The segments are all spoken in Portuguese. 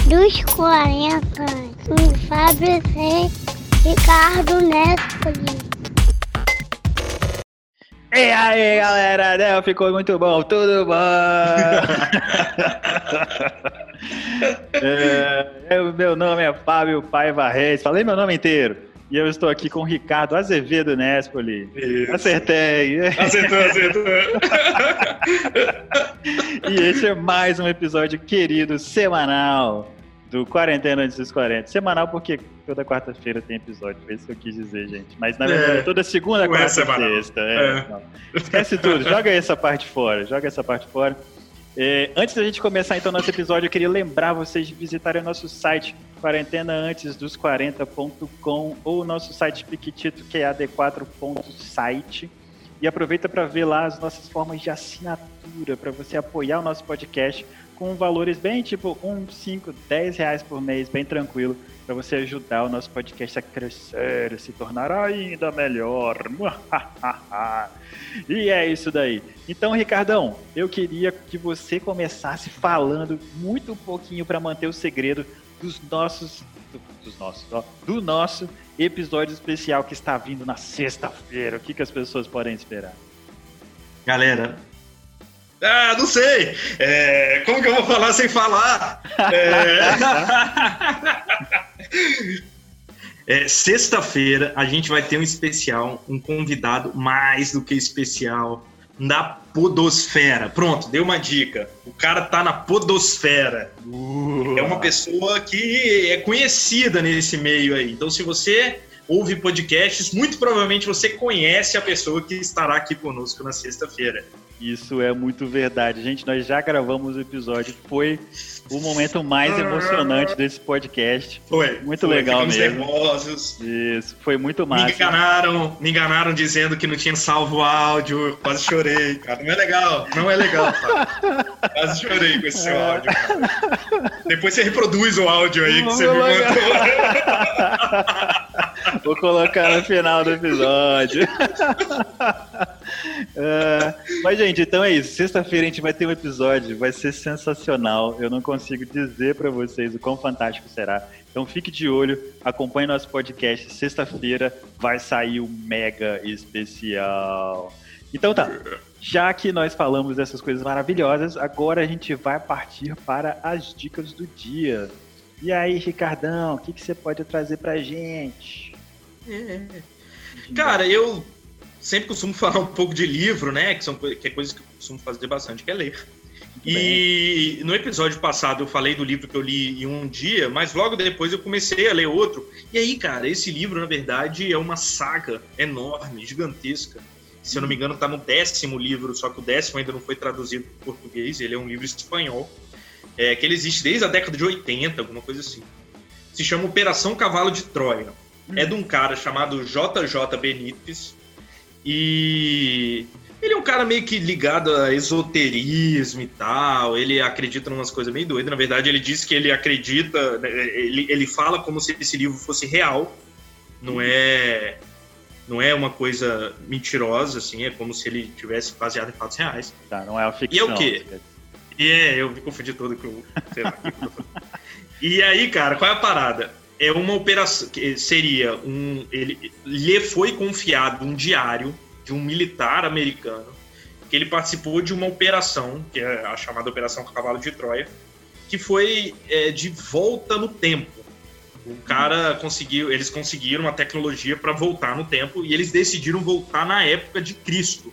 dos 40, com Fábio C. Ricardo Nespoli. E aí, galera, né? Ficou muito bom, tudo bom? Meu nome é Fábio Paiva Reis, falei meu nome inteiro. E eu estou aqui com o Ricardo Azevedo Nespoli. Isso. Acertei. Acertou. E esse é mais um episódio querido, semanal, do Quarentena Antes dos 40. Semanal porque toda quarta-feira tem episódio, foi isso que eu quis dizer, gente. Mas na verdade toda segunda, quarta e sexta. Esquece tudo, joga essa parte fora, Antes da gente começar então nosso episódio, eu queria lembrar vocês de visitarem o nosso site quarentenaantesdos40.com ou o nosso site Piquitito, que é ad4.site, e aproveita para ver lá as nossas formas de assinatura, para você apoiar o nosso podcast com valores bem tipo 5, 10 reais por mês, bem tranquilo, para você ajudar o nosso podcast a crescer, a se tornar ainda melhor. E é isso daí. Então, Ricardão, eu queria que você começasse falando muito pouquinho para manter o segredo do nosso episódio especial que está vindo na sexta-feira. O que as pessoas podem esperar? Galera, não sei. Como que eu vou falar sem falar? Sexta-feira a gente vai ter um especial, um convidado mais do que especial na podosfera. Pronto, dei uma dica. O cara tá na podosfera. É uma pessoa que é conhecida nesse meio aí. Então, se você ouve podcasts, muito provavelmente você conhece a pessoa que estará aqui conosco na sexta-feira. Isso é muito verdade. Gente, nós já gravamos o episódio. Foi o momento mais emocionante desse podcast. Foi. Muito legal mesmo. Nervosos. Isso, foi muito massa. Me enganaram dizendo que não tinha salvo o áudio. Eu quase chorei, cara. Não é legal, cara. Quase chorei com esse seu áudio, cara. Depois você reproduz o áudio aí que você me mandou. Vou colocar no final do episódio. Mas, gente, então é isso. Sexta-feira a gente vai ter um episódio, vai ser sensacional. Eu não consigo dizer pra vocês o quão fantástico será. Então fique de olho, acompanhe nosso podcast. Sexta-feira vai sair um mega especial. Então tá, já que nós falamos dessas coisas maravilhosas, agora a gente vai partir para as dicas do dia. E aí, Ricardão, o que você pode trazer pra gente? Cara, eu sempre costumo falar um pouco de livro, né? Que é coisa que eu costumo fazer bastante, que é ler. E no episódio passado eu falei do livro que eu li em um dia, mas logo depois eu comecei a ler outro. E aí, cara, esse livro, na verdade, é uma saga enorme, gigantesca. Se eu não me engano, tá no 10º livro, só que o 10º ainda não foi traduzido para o português. Ele é um livro espanhol, que ele existe desde a década de 80, alguma coisa assim. Se chama Operação Cavalo de Troia. É de um cara chamado J.J. Benítez. E ele é um cara meio que ligado a esoterismo e tal. Ele acredita em umas coisas meio doidas. Na verdade, ele diz que ele acredita... Ele fala como se esse livro fosse real. Não é uma coisa mentirosa, assim. É como se ele tivesse baseado em fatos reais. Tá, não é uma ficção. E é o quê? Eu me confundi todo com o... E aí, cara, qual é a parada? É uma operação que seria lhe foi confiado um diário de um militar americano que ele participou de uma operação, que é a chamada Operação Cavalo de Troia, que foi de volta no tempo. Eles conseguiram uma tecnologia para voltar no tempo e eles decidiram voltar na época de Cristo.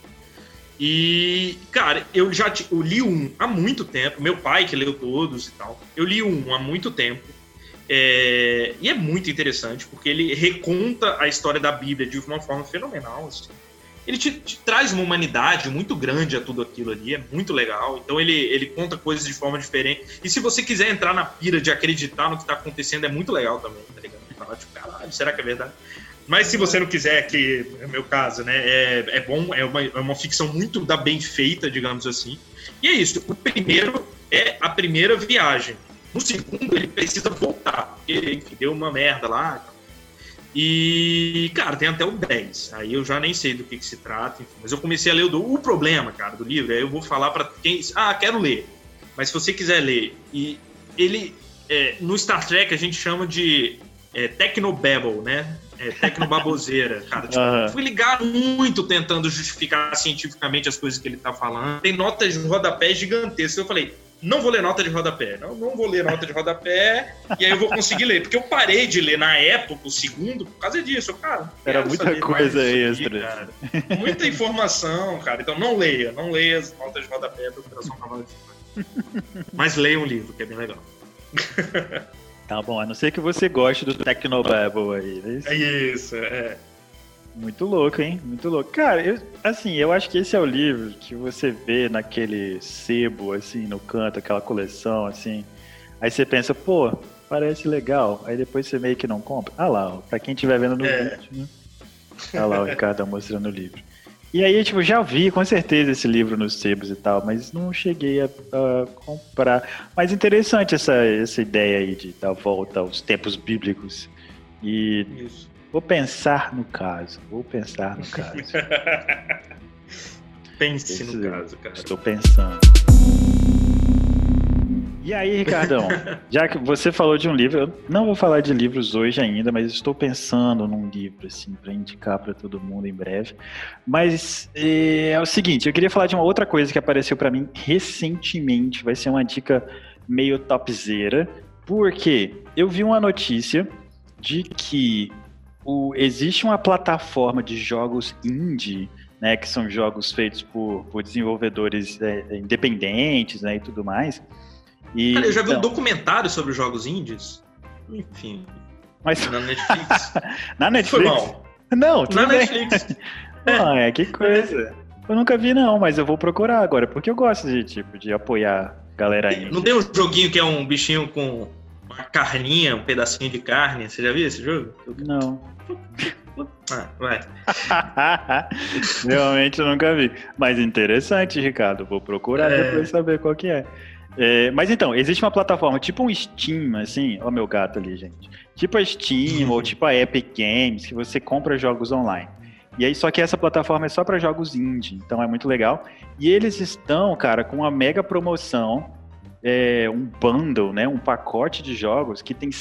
E, cara, eu li um há muito tempo, meu pai que leu todos e tal, eu li um há muito tempo. E é muito interessante, porque ele reconta a história da Bíblia de uma forma fenomenal. Assim. Ele te traz uma humanidade muito grande a tudo aquilo ali, é muito legal. Então ele conta coisas de forma diferente. E se você quiser entrar na pira de acreditar no que está acontecendo, é muito legal também, tá ligado? Falar, tipo, caralho, será que é verdade? Mas se você não quiser, que é o meu caso, né? É bom, é uma ficção muito bem feita, digamos assim. E é isso, o primeiro é a primeira viagem. No segundo, ele precisa voltar, porque, enfim, deu uma merda lá. E, cara, tem até o 10. Aí eu já nem sei do que se trata, enfim. Mas eu comecei a ler o problema, cara, do livro. Aí eu vou falar pra quem... quero ler. Mas se você quiser ler... E ele no Star Trek a gente chama de Tecnobabble, né? Tecnobaboseira, cara. Tipo, fui ligar muito tentando justificar cientificamente as coisas que ele tá falando. Tem notas de rodapé gigantescas. Eu falei, não vou ler nota de rodapé. Não vou ler nota de rodapé e aí eu vou conseguir ler. Porque eu parei de ler na época, o segundo, por causa disso. Cara, era muita coisa extra. Muita informação, cara. Então não leia as notas de rodapé da Operação Cavalo de Troia. Mas leia um livro, que é bem legal. Tá bom, a não ser que você goste do Tecnobabble aí, né? É isso, Muito louco, hein? Muito louco. Cara, eu acho que esse é o livro que você vê naquele sebo, assim, no canto, aquela coleção, assim. Aí você pensa, pô, parece legal. Aí depois você meio que não compra. Ah lá, ó, pra quem estiver vendo no vídeo, né? Ah lá, o Ricardo mostrando o livro. E aí, tipo, já vi com certeza esse livro nos sebos e tal, mas não cheguei a comprar. Mas interessante essa ideia aí de dar volta aos tempos bíblicos. E Isso. Vou pensar no caso. Pense no caso, cara. Estou pensando. E aí, Ricardão, já que você falou de um livro, eu não vou falar de livros hoje ainda, mas estou pensando num livro, assim, para indicar para todo mundo em breve. Mas é o seguinte, eu queria falar de uma outra coisa que apareceu para mim recentemente, vai ser uma dica meio topzera, porque eu vi uma notícia de que existe uma plataforma de jogos indie, né, que são jogos feitos por desenvolvedores independentes, né, e tudo mais. E, cara, eu já vi um documentário sobre os jogos indies. Enfim. Mas... Na Netflix. Na Netflix? Foi mal. Não, tudo na bem. Netflix. Que coisa. Eu nunca vi não, mas eu vou procurar agora, porque eu gosto de apoiar a galera indie. Não tem um joguinho que é um bichinho com uma carninha, um pedacinho de carne? Você já viu esse jogo? Não. Vai. Realmente eu nunca vi. Mas interessante, Ricardo. Vou procurar depois saber qual que é. Mas então, existe uma plataforma tipo um Steam, assim, ó meu gato ali, gente. Tipo a Steam ou tipo a Epic Games, que você compra jogos online. E aí, só que essa plataforma é só para jogos indie, então é muito legal. E eles estão, cara, com uma mega promoção, um bundle, né, um pacote de jogos que tem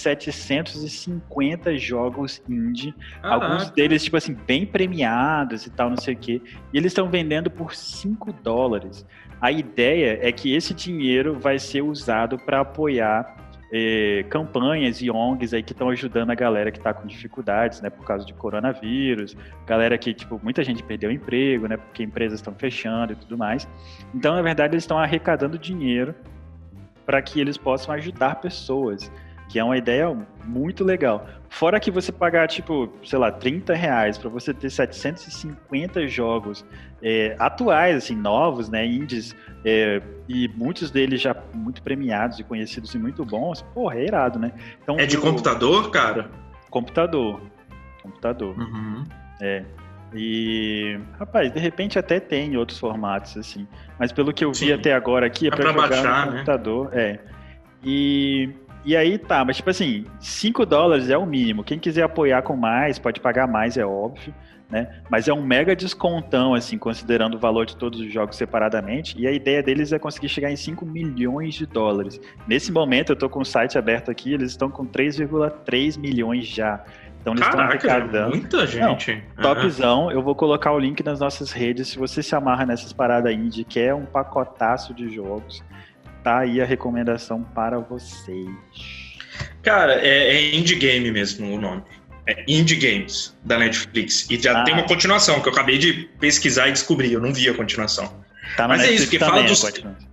750 jogos indie. Alguns deles, tipo assim, bem premiados e tal, não sei o quê. E eles estão vendendo por $5. A ideia é que esse dinheiro vai ser usado para apoiar campanhas e ONGs aí que estão ajudando a galera que está com dificuldades, né, por causa de coronavírus, galera que, tipo, muita gente perdeu o emprego, né, porque empresas estão fechando e tudo mais. Então, na verdade, eles estão arrecadando dinheiro para que eles possam ajudar pessoas, que é uma ideia muito legal. Fora que você pagar, tipo, sei lá, R$30 para você ter 750 jogos atuais, assim, novos, né, indies, e muitos deles já muito premiados e conhecidos e muito bons, porra, é irado, né? Então, é de computador, cara? Computador. Uhum. E, rapaz, de repente até tem outros formatos, assim, mas pelo que eu vi até agora aqui, é pra jogar baixar, no computador, né? E aí tá, mas tipo assim, $5 é o mínimo. Quem quiser apoiar com mais, pode pagar mais, é óbvio, né? Mas é um mega descontão, assim, considerando o valor de todos os jogos separadamente. E a ideia deles é conseguir chegar em $5 milhões. Nesse momento, eu tô com o site aberto aqui, eles estão com 3,3 milhões já. Então eles estão arrecadando. Muita gente. Topzão, eu vou colocar o link nas nossas redes. Se você se amarra nessas paradas indie, que é um pacotaço de jogos, tá aí a recomendação para vocês. Cara, é Indie Game mesmo o nome. É Indie Games, da Netflix. E já tem uma continuação, que eu acabei de pesquisar e descobrir. Eu não vi a continuação. Tá, mas é isso, porque fala dos...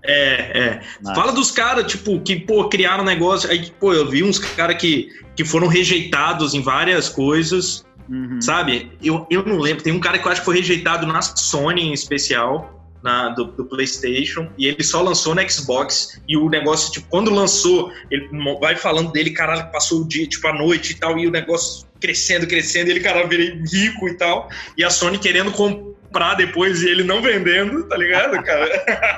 Fala dos caras, tipo, que, criaram um negócio. Aí, eu vi uns caras que foram rejeitados em várias coisas, sabe? Eu não lembro. Tem um cara que eu acho que foi rejeitado na Sony em especial, do PlayStation, e ele só lançou no Xbox. E o negócio, tipo, quando lançou, ele vai falando dele, caralho, passou o dia, tipo, a noite e tal, e o negócio crescendo, e ele, caralho, virei rico e tal. E a Sony querendo comprar depois e ele não vendendo, tá ligado, cara?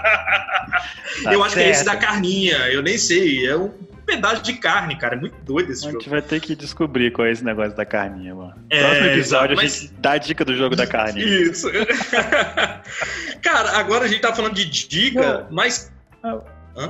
Eu acho que é esse da carninha, eu nem sei, é um pedaço de carne, cara, é muito doido esse jogo. A gente vai ter que descobrir qual é esse negócio da carninha, mano. Próximo episódio a gente dá a dica do jogo da carninha. Isso. Cara, agora a gente tá falando de dica, mas...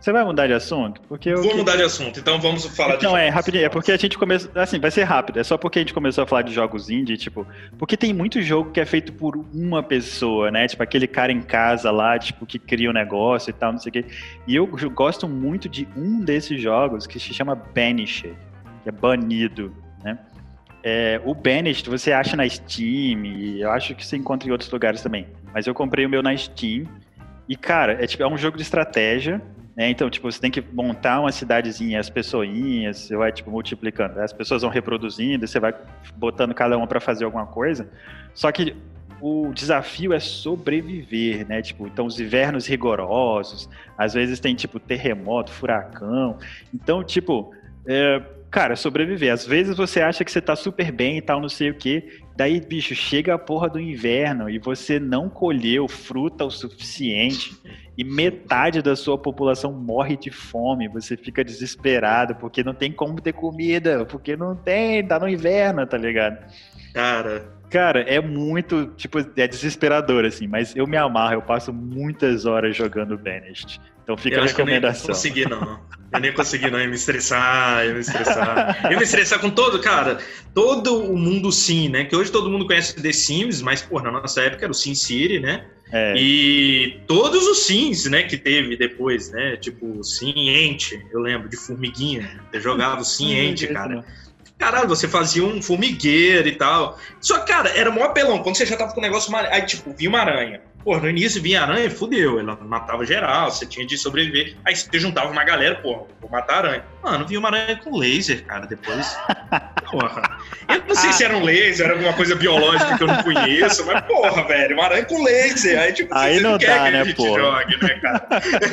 Você vai mudar de assunto? Vou mudar de assunto, então vamos falar de jogos. Rapidinho, é porque a gente começou, assim, vai ser rápido, é só porque a gente começou a falar de jogos indie, tipo, porque tem muito jogo que é feito por uma pessoa, né, tipo, aquele cara em casa lá, tipo, que cria um negócio e tal, não sei o quê, e eu gosto muito de um desses jogos que se chama Banished, que é banido, né. O Banished você acha na Steam, e eu acho que você encontra em outros lugares também, mas eu comprei o meu na Steam, e cara, é um jogo de estratégia, né? Então, tipo, você tem que montar uma cidadezinha, as pessoinhas, você vai, tipo, multiplicando. As pessoas vão reproduzindo, você vai botando cada uma para fazer alguma coisa. Só que o desafio é sobreviver, né? Tipo, então, os invernos rigorosos, às vezes tem, tipo, terremoto, furacão. Então, tipo, cara, sobreviver. Às vezes você acha que você tá super bem e tal, não sei o quê. Daí, bicho, chega a porra do inverno e você não colheu fruta o suficiente e metade da sua população morre de fome. Você fica desesperado porque não tem como ter comida, porque não tem, tá no inverno, tá ligado? Cara, é muito, tipo, é desesperador, assim, mas eu me amarro, eu passo muitas horas jogando Banished. Então fica a recomendação. Eu nem consegui não, ia me estressar. Eu me estressar com todo o mundo Sim, né? Que hoje todo mundo conhece The Sims, mas, pô, na nossa época era o SimCity, né? E todos os Sims, né, que teve depois, né? Tipo, Sim Ent, eu lembro, de formiguinha. Eu jogava o Sim Ent, cara. Caralho, você fazia um formigueiro e tal. Só que, cara, era mó apelão. Quando você já tava com o negócio... Aí, tipo, vinha uma aranha. Pô, no início vinha aranha, fudeu. Ela matava geral, você tinha de sobreviver. Aí você juntava uma galera, pô, vou matar a aranha. Mano, vinha uma aranha com laser, cara, depois. Porra. Eu não sei se era um laser, era alguma coisa biológica que eu não conheço, mas, porra, velho, uma aranha com laser. Aí, tipo, aí você não quer dá, que né, a gente porra? jogue, né, cara?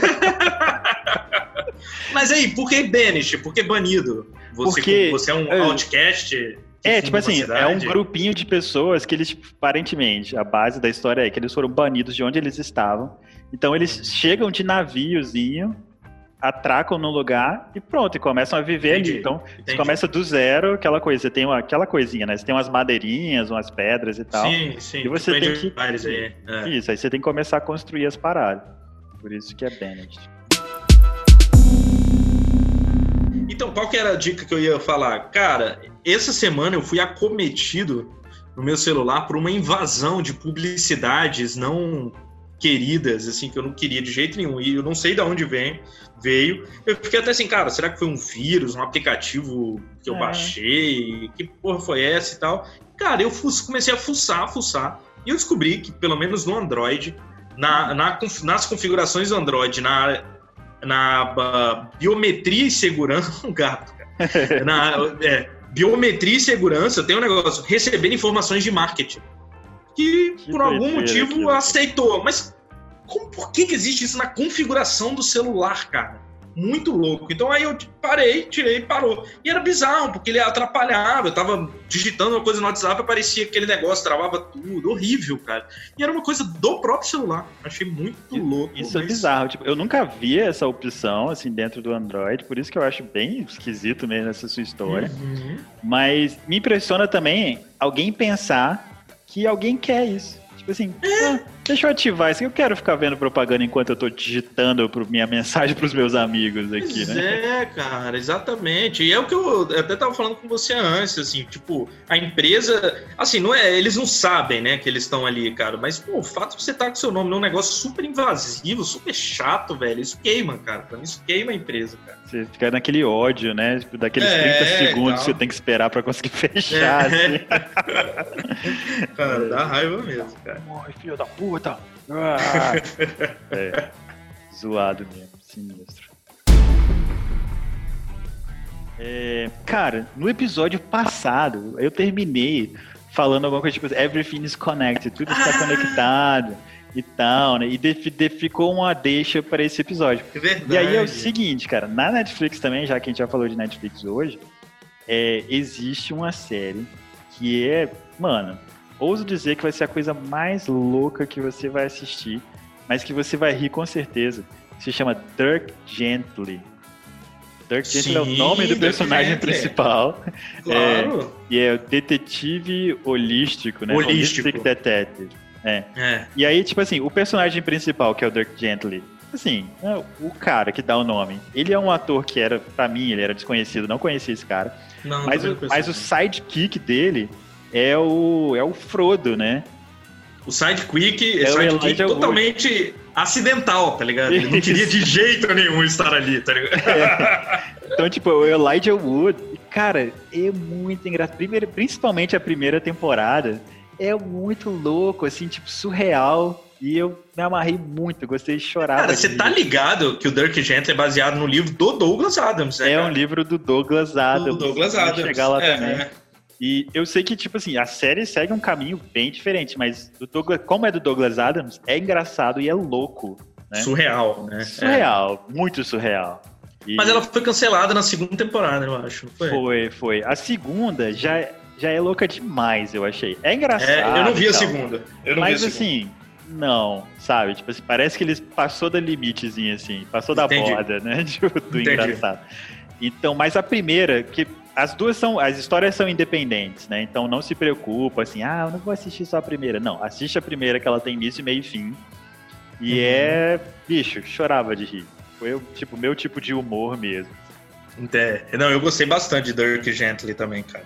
Mas aí, por que Banished? Por que banido? Você é um outcast? Tipo assim, é um grupinho de pessoas que eles, aparentemente, a base da história é que eles foram banidos de onde eles estavam. Então eles chegam de naviozinho, atracam no lugar e pronto, e começam a viver ali. Então, você começa do zero, aquela coisa, você tem aquela coisinha, né? Você tem umas madeirinhas, umas pedras e tal. Sim. E você tem que... Aí. Isso, aí você tem que começar a construir as paradas. Por isso que é Banished. Então, qual que era a dica que eu ia falar? Cara, essa semana eu fui acometido no meu celular por uma invasão de publicidades não queridas, assim, que eu não queria de jeito nenhum. E eu não sei de onde veio. Eu fiquei até assim, cara, será que foi um vírus, um aplicativo que eu baixei? Que porra foi essa e tal? Cara, eu comecei a fuçar. E eu descobri que, pelo menos no Android, nas configurações do Android, na biometria e segurança, um gato, cara. Biometria e segurança tem um negócio, receber informações de marketing, que por algum motivo aceitou. Mas por que existe isso na configuração do celular, cara? Muito louco. Então aí eu parei, tirei e parou. E era bizarro, porque ele atrapalhava. Eu tava digitando uma coisa no WhatsApp, aparecia aquele negócio, travava tudo. Horrível, cara. E era uma coisa do próprio celular. Achei muito louco. Isso é bizarro. Tipo, eu nunca vi essa opção, assim, dentro do Android. Por isso que eu acho bem esquisito mesmo essa sua história. Mas me impressiona também alguém pensar que alguém quer isso. Tipo assim, deixa eu ativar isso, eu quero ficar vendo propaganda enquanto eu tô digitando minha mensagem pros meus amigos aqui, né? Cara, exatamente. E é o que eu até tava falando com você antes, assim, tipo, a empresa, assim, eles não sabem, né, que eles estão ali, cara, mas, pô, o fato de você estar com seu nome num negócio super invasivo, super chato, velho, isso queima, cara, pra mim isso queima a empresa, cara. Você fica naquele ódio, né, tipo, daqueles 30 segundos que você tem que esperar pra conseguir fechar, assim. Cara, dá raiva mesmo, cara. Morre, filho da puta! Zoado mesmo, sinistro. Cara, no episódio passado, eu terminei falando alguma coisa tipo everything is connected, tudo está conectado e tal, né? E ficou uma deixa para esse episódio. É verdade. E aí é o seguinte, cara, na Netflix também, já que a gente já falou de Netflix hoje, existe uma série que mano, ouso dizer que vai ser a coisa mais louca que você vai assistir, mas que você vai rir com certeza. Se chama Dirk Gently. Dirk Gently é o nome do personagem principal. Claro. E é o detetive holístico, né? Holistic Detective. E aí, tipo assim, o personagem principal, que é o Dirk Gently, assim, o cara que dá o nome, ele é um ator que era, pra mim, ele era desconhecido, não conhecia esse cara. Não, mas o sidekick dele é o Frodo, né? O sidekick é totalmente acidental, tá ligado? Ele não queria de jeito nenhum estar ali, tá ligado? Então, tipo, o Elijah Wood, cara, é muito engraçado. Principalmente a primeira temporada, é muito louco, assim, tipo, surreal. E eu me amarrei muito, gostei de chorar. Cara, você tá ligado que o Dirk Gently é baseado no livro do Douglas Adams, né? É um livro do Douglas Adams. Do Douglas Adams. Chegar lá também. E eu sei que, tipo assim, a série segue um caminho bem diferente, mas como é do Douglas Adams, é engraçado e é louco, né? Surreal, né? Surreal, muito surreal. Mas ela foi cancelada na segunda temporada, eu acho, não foi? Foi. A segunda já é louca demais, eu achei. É engraçado. Eu não vi a segunda. Mas assim, não, sabe? Tipo assim, parece que eles passou da limitezinha, assim, passou da borda, né? Do engraçado. Então, mas a primeira, que as histórias são independentes, né? Então não se preocupa, assim, eu não vou assistir só a primeira. Não, assiste a primeira, que ela tem início, meio e fim. E bicho, chorava de rir. Foi tipo meu tipo de humor mesmo. Não, eu gostei bastante de Dirk Gently também, cara.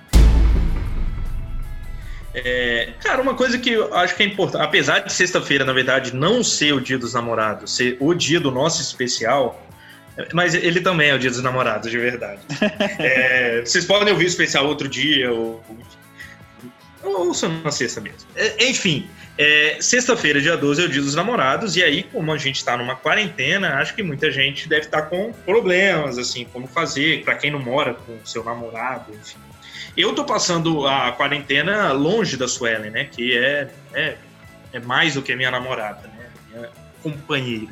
Cara, uma coisa que eu acho que é importante, apesar de sexta-feira, na verdade, não ser o Dia dos Namorados, ser o dia do nosso especial, mas ele também é o Dia dos Namorados, de verdade. Vocês podem ouvir o especial outro dia, ou na sexta mesmo. Enfim, sexta-feira, dia 12, é o Dia dos Namorados, e aí, como a gente tá numa quarentena, acho que muita gente deve estar com problemas, assim, como fazer, pra quem não mora com o seu namorado, enfim. Eu tô passando a quarentena longe da Suelen, né, que é mais do que minha namorada, né, minha companheira.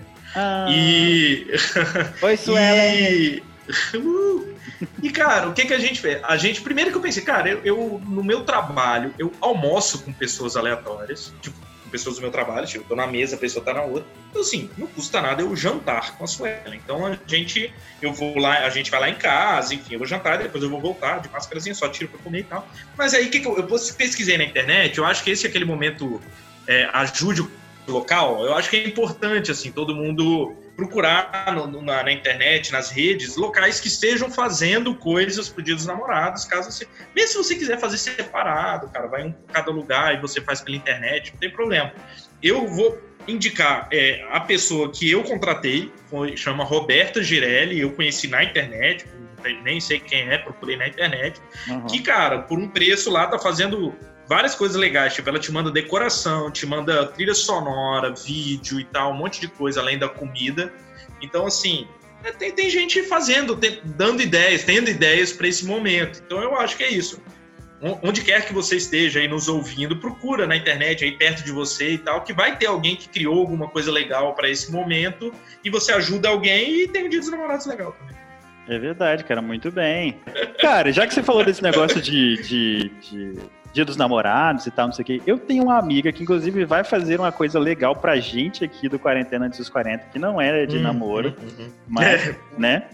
Oi, Suelen! E, cara, o que a gente fez? Primeiro que eu pensei, cara, eu no meu trabalho, eu almoço com pessoas aleatórias, tipo, com pessoas do meu trabalho, tipo, eu tô na mesa, a pessoa tá na outra. Então, assim, não custa nada eu jantar com a Suelen. Então, a gente vai lá em casa, enfim, eu vou jantar, depois eu vou voltar de máscarazinha, só tiro pra comer e tal. Mas aí, eu pesquisei na internet, eu acho que esse é aquele momento, ajude o local, eu acho que é importante, assim, todo mundo procurar na internet, nas redes, locais que estejam fazendo coisas pro Dia dos Namorados, mesmo se você quiser fazer separado, cara, vai em cada lugar e você faz pela internet, não tem problema. Eu vou indicar a pessoa que eu contratei, chama Roberta Girelli, eu conheci na internet, nem sei quem procurei na internet, que, cara, por um preço lá tá fazendo várias coisas legais, tipo, ela te manda decoração, te manda trilha sonora, vídeo e tal, um monte de coisa além da comida. Então, assim, tem gente fazendo, tendo ideias para esse momento. Então, eu acho que é isso. Onde quer que você esteja aí nos ouvindo, procura na internet aí perto de você e tal, que vai ter alguém que criou alguma coisa legal para esse momento e você ajuda alguém e tem o Dia dos Namorados legal também. É verdade, cara, muito bem. Cara, já que você falou desse negócio de Dia dos Namorados e tal, não sei o quê. Eu tenho uma amiga que, inclusive, vai fazer uma coisa legal pra gente aqui do Quarentena Antes dos 40, que não é de namoro, mas, né?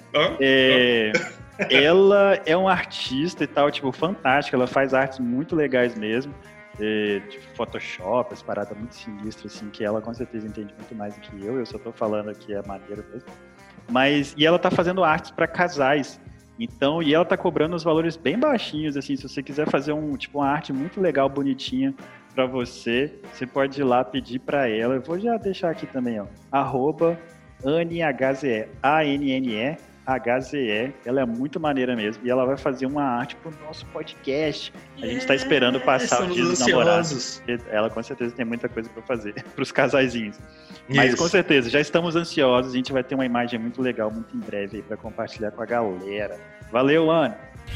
Ela é uma artista e tal, tipo, fantástica. Ela faz artes muito legais mesmo. Tipo, Photoshop, as paradas muito sinistras, assim, que ela com certeza entende muito mais do que eu só tô falando aqui a maneira mesmo. E ela tá fazendo artes pra casais. Então, e ela tá cobrando os valores bem baixinhos, assim, se você quiser fazer uma arte muito legal, bonitinha pra você pode ir lá pedir pra ela. Eu vou já deixar aqui também, ó, @AnneHZE, ANNEHZE, ela é muito maneira mesmo, e ela vai fazer uma arte pro nosso podcast. A gente tá esperando passar o Dia dos Namorados. Ela com certeza tem muita coisa pra fazer pros casaizinhos. Mas com certeza, já estamos ansiosos, a gente vai ter uma imagem muito legal, muito em breve aí pra compartilhar com a galera. Valeu, Ana!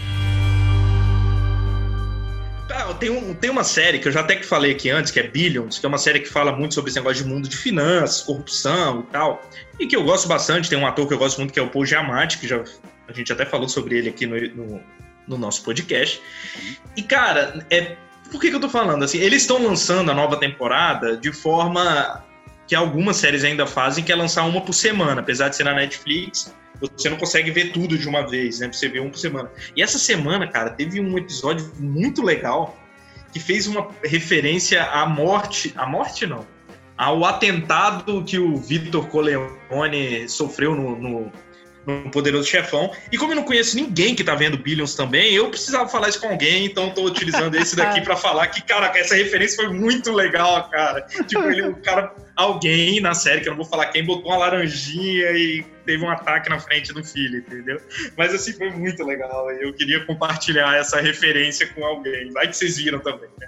Tem uma série que eu já até que falei aqui antes, que é Billions, que é uma série que fala muito sobre esse negócio de mundo de finanças, corrupção e tal, e que eu gosto bastante. Tem um ator que eu gosto muito, que é o Paul Giamatti, que a gente até falou sobre ele aqui no nosso podcast. E, cara, por que eu tô falando assim? Eles estão lançando a nova temporada de forma que algumas séries ainda fazem, que é lançar uma por semana. Apesar de ser na Netflix, você não consegue ver tudo de uma vez, né? Você vê um por semana. E essa semana, cara, teve um episódio muito legal que fez uma referência à morte... À morte, não. ao atentado que o Vitor Corleone sofreu no Poderoso Chefão. E como eu não conheço ninguém que tá vendo Billions também, eu precisava falar isso com alguém, então tô utilizando esse daqui pra falar que, cara, essa referência foi muito legal, cara. Tipo, alguém na série, que eu não vou falar quem, botou uma laranjinha e teve um ataque na frente do filho, entendeu? Mas assim, foi muito legal. Eu queria compartilhar essa referência com alguém. Vai que vocês viram também, né?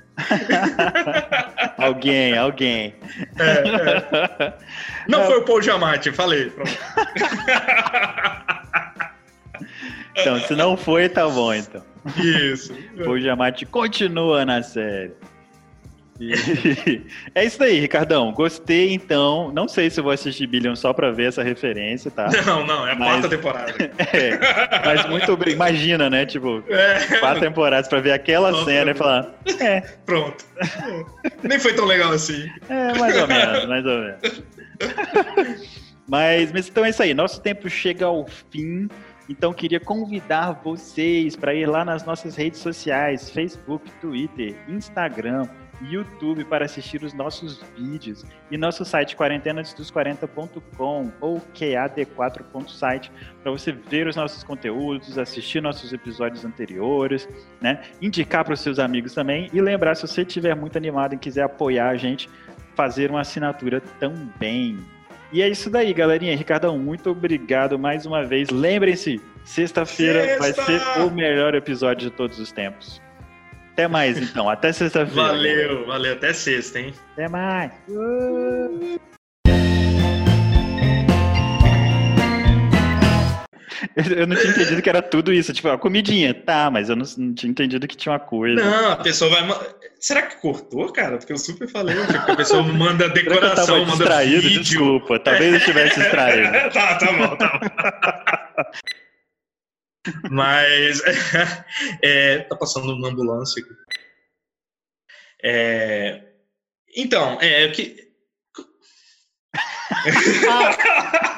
Alguém. Não foi o Paul Giamatti, falei. Pronto. Então, se não foi, tá bom, então. Isso. Paul Giamatti continua na série. É isso aí, Ricardão. Gostei, então. Não sei se eu vou assistir Billions só pra ver essa referência, tá? Não, é a quarta temporada. Mas muito obrigado. Imagina, né? Tipo, 4 temporadas pra ver aquela cena e falar. Pronto. Nem foi tão legal assim. Mais ou menos. Mas então é isso aí. Nosso tempo chega ao fim. Então, queria convidar vocês para ir lá nas nossas redes sociais, Facebook, Twitter, Instagram, YouTube, para assistir os nossos vídeos, e nosso site quarentenadesdos40.com ou QAD4.site, para você ver os nossos conteúdos, assistir nossos episódios anteriores, né? Indicar para os seus amigos também, e lembrar, se você estiver muito animado e quiser apoiar a gente, fazer uma assinatura também. E é isso daí, galerinha. Ricardão, muito obrigado mais uma vez. Lembrem-se, sexta-feira vai ser o melhor episódio de todos os tempos. Até mais, então. Até sexta-feira. Valeu. Até sexta, hein? Até mais. Eu não tinha entendido que era tudo isso. Tipo, a comidinha. Tá, mas eu não tinha entendido que tinha uma coisa. Não, a pessoa vai... Será que cortou, cara? Porque eu super falei. Tipo, a pessoa manda decoração, manda distraído, vídeo. Desculpa, talvez eu estivesse distraído. Tá bom. Mas... tá passando uma ambulância aqui. Então, que...